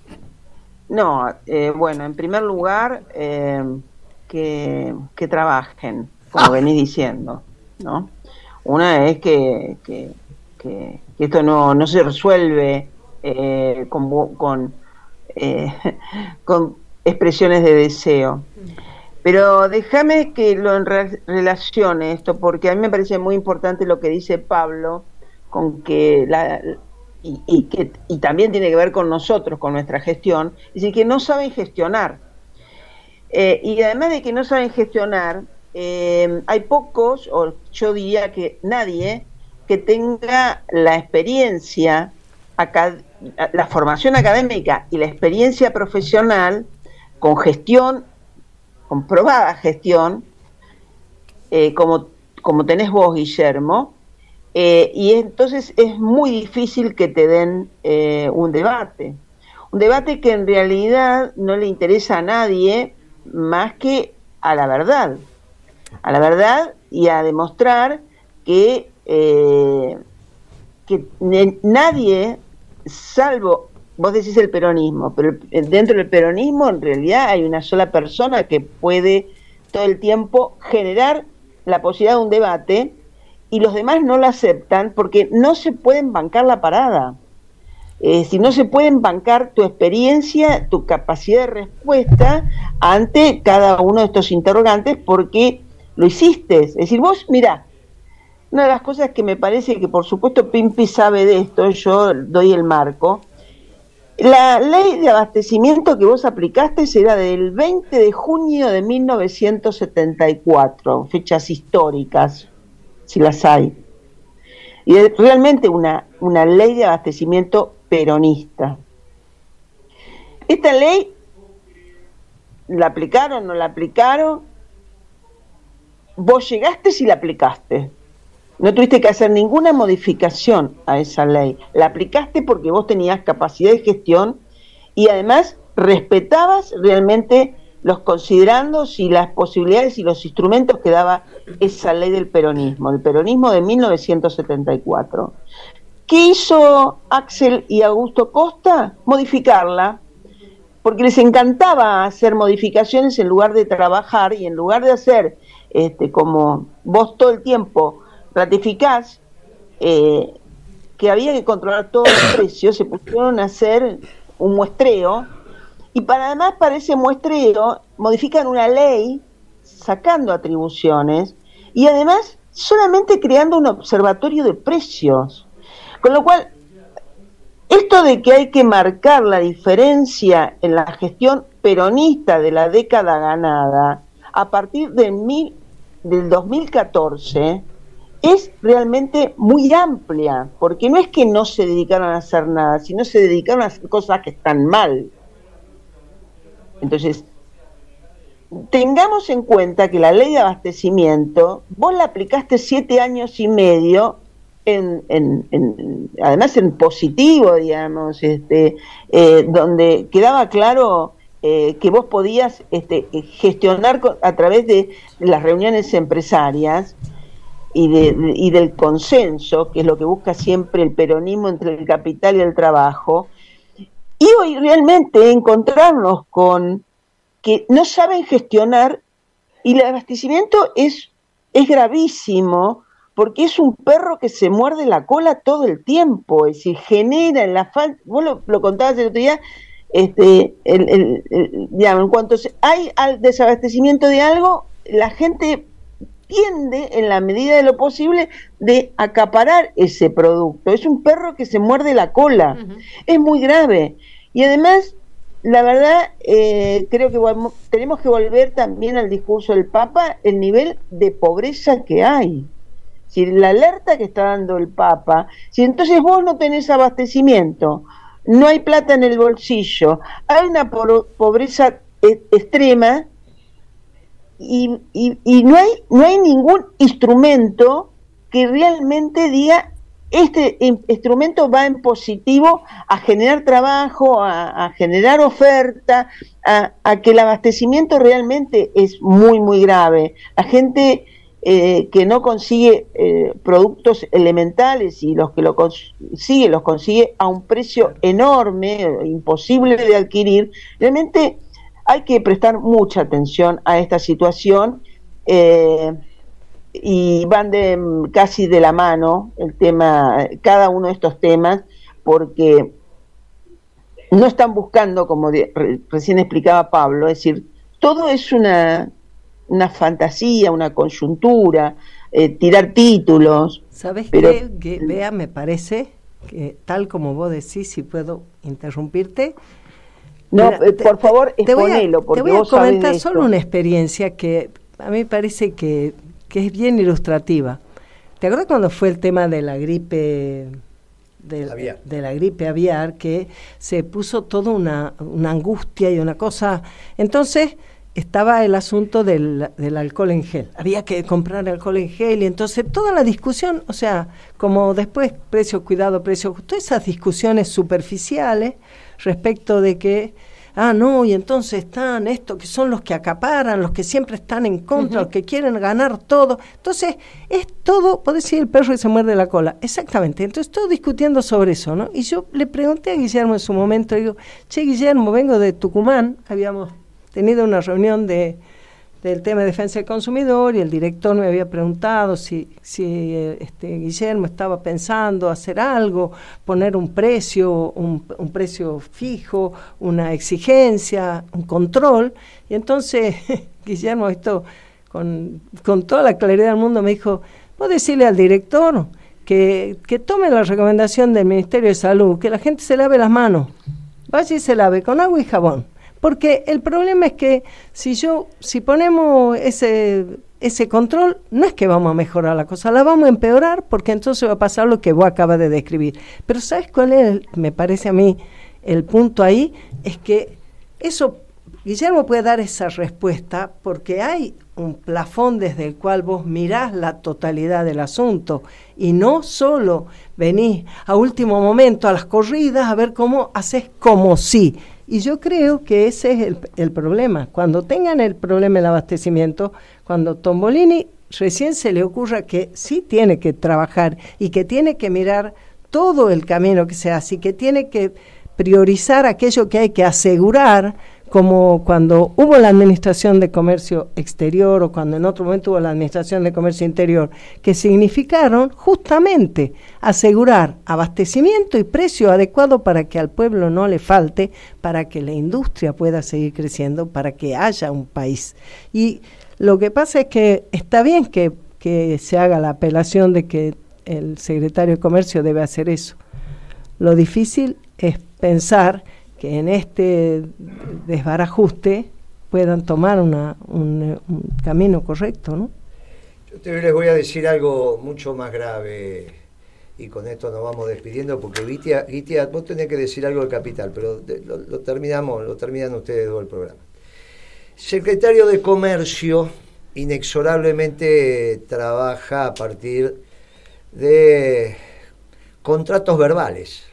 No, eh, bueno, en primer lugar, eh, que, que trabajen, como Ah. venís diciendo, ¿no? Una es que, que, que, que esto no, no se resuelve eh, con, con, eh, con expresiones de deseo. Pero déjame que lo en re- relacione esto, porque a mí me parece muy importante lo que dice Pablo, con que la... Y, y que y también tiene que ver con nosotros, con nuestra gestión, es decir, que no saben gestionar. Eh, y además de que no saben gestionar, eh, hay pocos, o yo diría que nadie, que tenga la experiencia, acad- la formación académica y la experiencia profesional con gestión, comprobada gestión, eh, como, como tenés vos, Guillermo. Eh, y entonces es muy difícil que te den eh, un debate. Un debate que en realidad no le interesa a nadie más que a la verdad. A la verdad y a demostrar que, eh, que ne- nadie, salvo, vos decís el peronismo, pero el- dentro del peronismo en realidad hay una sola persona que puede todo el tiempo generar la posibilidad de un debate, y los demás no la aceptan porque no se pueden bancar la parada. Eh, si no se pueden bancar tu experiencia, tu capacidad de respuesta ante cada uno de estos interrogantes porque lo hiciste. Es decir, vos, mirá, una de las cosas que me parece que por supuesto Pimpi sabe de esto, yo doy el marco, la ley de abastecimiento que vos aplicaste será del veinte de junio de mil novecientos setenta y cuatro, fechas históricas, si las hay, y es realmente una, una ley de abastecimiento peronista. Esta ley, ¿la aplicaron o no la aplicaron? Vos llegaste si la aplicaste, no tuviste que hacer ninguna modificación a esa ley, la aplicaste porque vos tenías capacidad de gestión y además respetabas realmente los considerandos y las posibilidades y los instrumentos que daba esa ley del peronismo, el peronismo de mil novecientos setenta y cuatro. ¿Qué hizo Axel y Augusto Costa? Modificarla, porque les encantaba hacer modificaciones en lugar de trabajar, y en lugar de hacer, este, como vos todo el tiempo ratificás, eh, que había que controlar todos los precios, se pusieron a hacer un muestreo. Y para además para ese muestreo modifican una ley sacando atribuciones y además solamente creando un observatorio de precios. Con lo cual, esto de que hay que marcar la diferencia en la gestión peronista de la década ganada a partir de mil, del dos mil catorce es realmente muy amplia, porque no es que no se dedicaron a hacer nada, sino se dedicaron a hacer cosas que están mal. Entonces, tengamos en cuenta que la ley de abastecimiento, vos la aplicaste siete años y medio, en, en, en, además en positivo, digamos, este, eh, donde quedaba claro eh, que vos podías este, gestionar con, a través de las reuniones empresarias y, de, de, y del consenso, que es lo que busca siempre el peronismo entre el capital y el trabajo. Y hoy realmente encontrarnos con que no saben gestionar, y el abastecimiento es, es gravísimo, porque es un perro que se muerde la cola todo el tiempo, es decir, genera en la falta, vos lo, lo contabas el otro día, este, el, el, el, digamos, en cuanto hay al desabastecimiento de algo, la gente tiende, en la medida de lo posible, de acaparar ese producto. Es un perro que se muerde la cola. Uh-huh. Es muy grave. Y además, la verdad, eh, creo que tenemos que volver también al discurso del Papa, el nivel de pobreza que hay. Si la alerta que está dando el Papa, si entonces vos no tenés abastecimiento, no hay plata en el bolsillo, hay una po- pobreza e- extrema y, y, y no hay, no hay ningún instrumento que realmente diga este instrumento va en positivo a generar trabajo, a, a generar oferta, a, a que el abastecimiento realmente es muy, muy grave. La gente eh, que no consigue eh, productos elementales y los que lo consigue, los consigue a un precio enorme, imposible de adquirir, realmente hay que prestar mucha atención a esta situación. Eh, y van de casi de la mano el tema, cada uno de estos temas, porque no están buscando, como de, re, recién explicaba Pablo, es decir, todo es una, una fantasía, una coyuntura, eh, tirar títulos. ¿Sabes pero, qué? Que, Bea, me parece que tal como vos decís, si puedo interrumpirte. No, mira, te, por favor, te exponelo, voy a, porque te voy a vos sabés comentar de solo esto. una experiencia que a mí me parece que que es bien ilustrativa. ¿Te acuerdas cuando fue el tema de la gripe de, de la gripe aviar, que se puso toda una, una angustia y una cosa? Entonces estaba el asunto del, del alcohol en gel. Había que comprar alcohol en gel y entonces toda la discusión, o sea, como después precio, cuidado, precio, todas esas discusiones superficiales respecto de que ah, no, y entonces están estos que son los que acaparan, los que siempre están en contra, uh-huh. los que quieren ganar todo. Entonces, es todo, puede decir el perro que se muerde la cola. Exactamente. Entonces, todo discutiendo sobre eso, ¿no? Y yo le pregunté a Guillermo en su momento, digo, che, Guillermo, vengo de Tucumán, habíamos tenido una reunión de del tema de defensa del consumidor y el director me había preguntado si, si este, Guillermo estaba pensando hacer algo, poner un precio, un, un precio fijo, una exigencia, un control. Y entonces Guillermo, esto con, con toda la claridad del mundo, me dijo, vos decirle al director que, que tome la recomendación del Ministerio de Salud, que la gente se lave las manos, vaya y se lave con agua y jabón. Porque el problema es que si yo, si ponemos ese, ese control, no es que vamos a mejorar la cosa, la vamos a empeorar, porque entonces va a pasar lo que vos acabas de describir. Pero ¿sabes cuál es, el, me parece a mí, el punto ahí? Es que eso, Guillermo puede dar esa respuesta porque hay un plafón desde el cual vos mirás la totalidad del asunto y no solo venís a último momento a las corridas a ver cómo haces como sí. Y yo creo que ese es el, el problema. Cuando tengan el problema del abastecimiento, cuando Tombolini recién se le ocurra que sí tiene que trabajar y que tiene que mirar todo el camino que se hace y que tiene que priorizar aquello que hay que asegurar, como cuando hubo la Administración de Comercio Exterior o cuando en otro momento hubo la Administración de Comercio Interior, que significaron justamente asegurar abastecimiento y precio adecuado para que al pueblo no le falte, para que la industria pueda seguir creciendo, para que haya un país. Y lo que pasa es que está bien que, que se haga la apelación de que el secretario de Comercio debe hacer eso. Lo difícil es pensar que en este desbarajuste puedan tomar una, un, un camino correcto, ¿no? Yo te les voy a decir algo mucho más grave y con esto nos vamos despidiendo porque Gitia, Gitia vos tenés que decir algo del Capital, pero de, lo, lo terminamos, lo terminan ustedes dos el programa. Secretario de Comercio inexorablemente trabaja a partir de contratos verbales.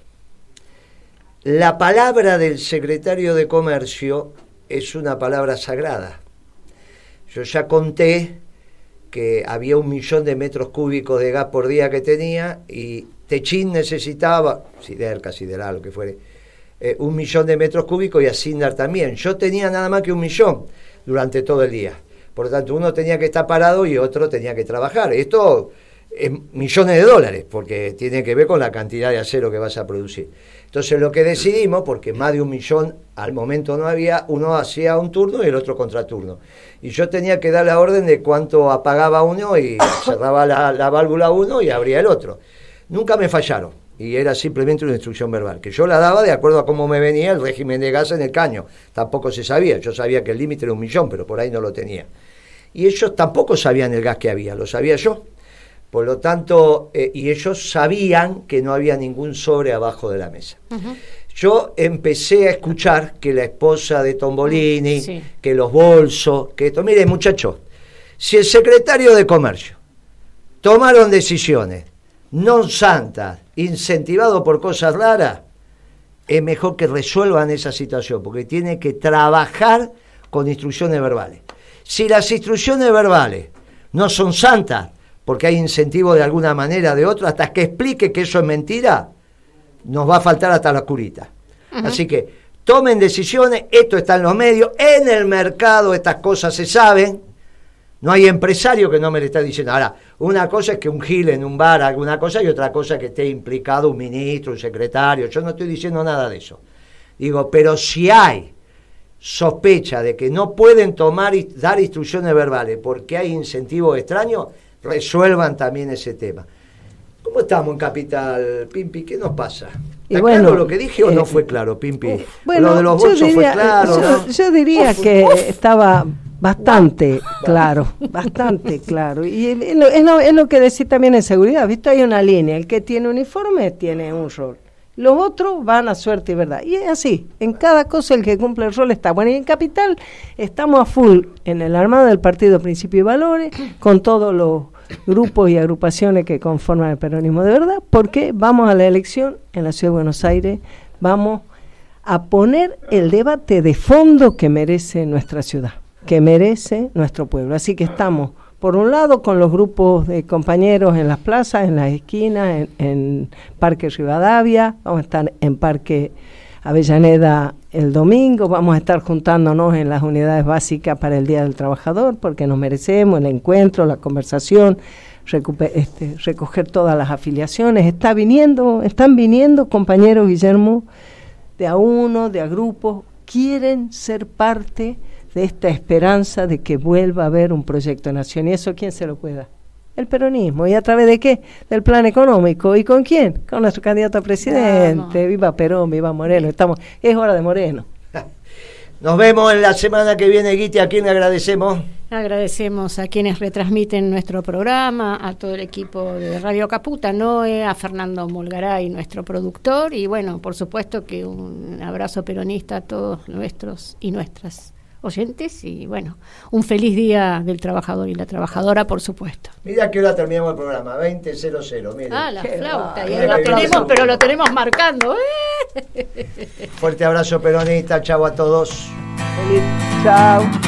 La palabra del secretario de Comercio es una palabra sagrada. Yo ya conté que había un millón de metros cúbicos de gas por día que tenía y Techín necesitaba, Siderca, Sideral, lo que fuere, eh, un millón de metros cúbicos y Asindar también. Yo tenía nada más que un millón durante todo el día. Por lo tanto, uno tenía que estar parado y otro tenía que trabajar. Esto es millones de dólares, porque tiene que ver con la cantidad de acero que vas a producir. Entonces lo que decidimos, porque más de un millón al momento no había, uno hacía un turno y el otro contraturno. Y yo tenía que dar la orden de cuánto apagaba uno y cerraba la, la válvula uno y abría el otro. Nunca me fallaron, y era simplemente una instrucción verbal, que yo la daba de acuerdo a cómo me venía el régimen de gas en el caño. Tampoco se sabía, yo sabía que el límite era un millón, pero por ahí no lo tenía. Y ellos tampoco sabían el gas que había, lo sabía yo. Por lo tanto, eh, y ellos sabían que no había ningún sobre abajo de la mesa. Uh-huh. yo empecé a escuchar que la esposa de Tombolini, sí. que los bolsos, que esto, mire muchachos, si el secretario de Comercio tomaron decisiones non santas, incentivado por cosas raras, es mejor que resuelvan esa situación, porque tiene que trabajar con instrucciones verbales. Si las instrucciones verbales no son santas, porque hay incentivo de alguna manera o de otra, hasta que explique que eso es mentira, nos va a faltar hasta la curita. Uh-huh. Así que tomen decisiones, esto está en los medios, en el mercado estas cosas se saben, no hay empresario que no me le está diciendo. Ahora, una cosa es que un gil en un bar, alguna cosa, y otra cosa es que esté implicado un ministro, un secretario. Yo no estoy diciendo nada de eso. Digo, pero si hay sospecha de que no pueden tomar y dar instrucciones verbales porque hay incentivos extraños, resuelvan también ese tema. ¿Cómo estamos en Capital, Pimpi? ¿Qué nos pasa? ¿Está bueno, claro lo que dije o eh, no fue claro, Pimpi? Uf, bueno, lo de los bolsos diría, fue claro. Yo, ¿no? yo diría uf, que uf. estaba bastante claro, bastante claro. Y es lo, es, lo, es lo que decís también en seguridad, ¿viste? Hay una línea, el que tiene uniforme tiene un rol. Los otros van a suerte y verdad. Y es así, en cada cosa el que cumple el rol está bueno. Y en Capital estamos a full en el armado del partido Principio y Valores, con todos los grupos y agrupaciones que conforman el peronismo de verdad, porque vamos a la elección en la Ciudad de Buenos Aires, vamos a poner el debate de fondo que merece nuestra ciudad, que merece nuestro pueblo. Así que estamos, por un lado, con los grupos de compañeros en las plazas, en las esquinas, en, en Parque Rivadavia, vamos a estar en Parque Avellaneda el domingo, vamos a estar juntándonos en las unidades básicas para el Día del Trabajador, porque nos merecemos el encuentro, la conversación, recuper, este, recoger todas las afiliaciones. Está viniendo, están viniendo compañeros, Guillermo, de a uno, de a grupos, quieren ser parte de esta esperanza de que vuelva a haber un proyecto de nación. ¿Y eso quién se lo puede dar? El peronismo. ¿Y a través de qué? Del plan económico. ¿Y con quién? Con nuestro candidato a presidente. Vamos. Viva Perón, viva Moreno. Estamos, es hora de Moreno. Nos vemos en la semana que viene, Guiti. ¿A quién le agradecemos? Agradecemos a quienes retransmiten nuestro programa, a todo el equipo de Radio Caputa, Noé, a Fernando Molgaray, nuestro productor, y bueno, por supuesto que un abrazo peronista a todos nuestros y nuestras oyentes, y bueno, un feliz día del trabajador y la trabajadora, por supuesto. Mira que hora terminamos el programa, veinte cero cero. Ah, la flauta, y lo tenemos, pero lo tenemos marcando. ¿eh? Fuerte abrazo peronista, chau a todos. Feliz, chao.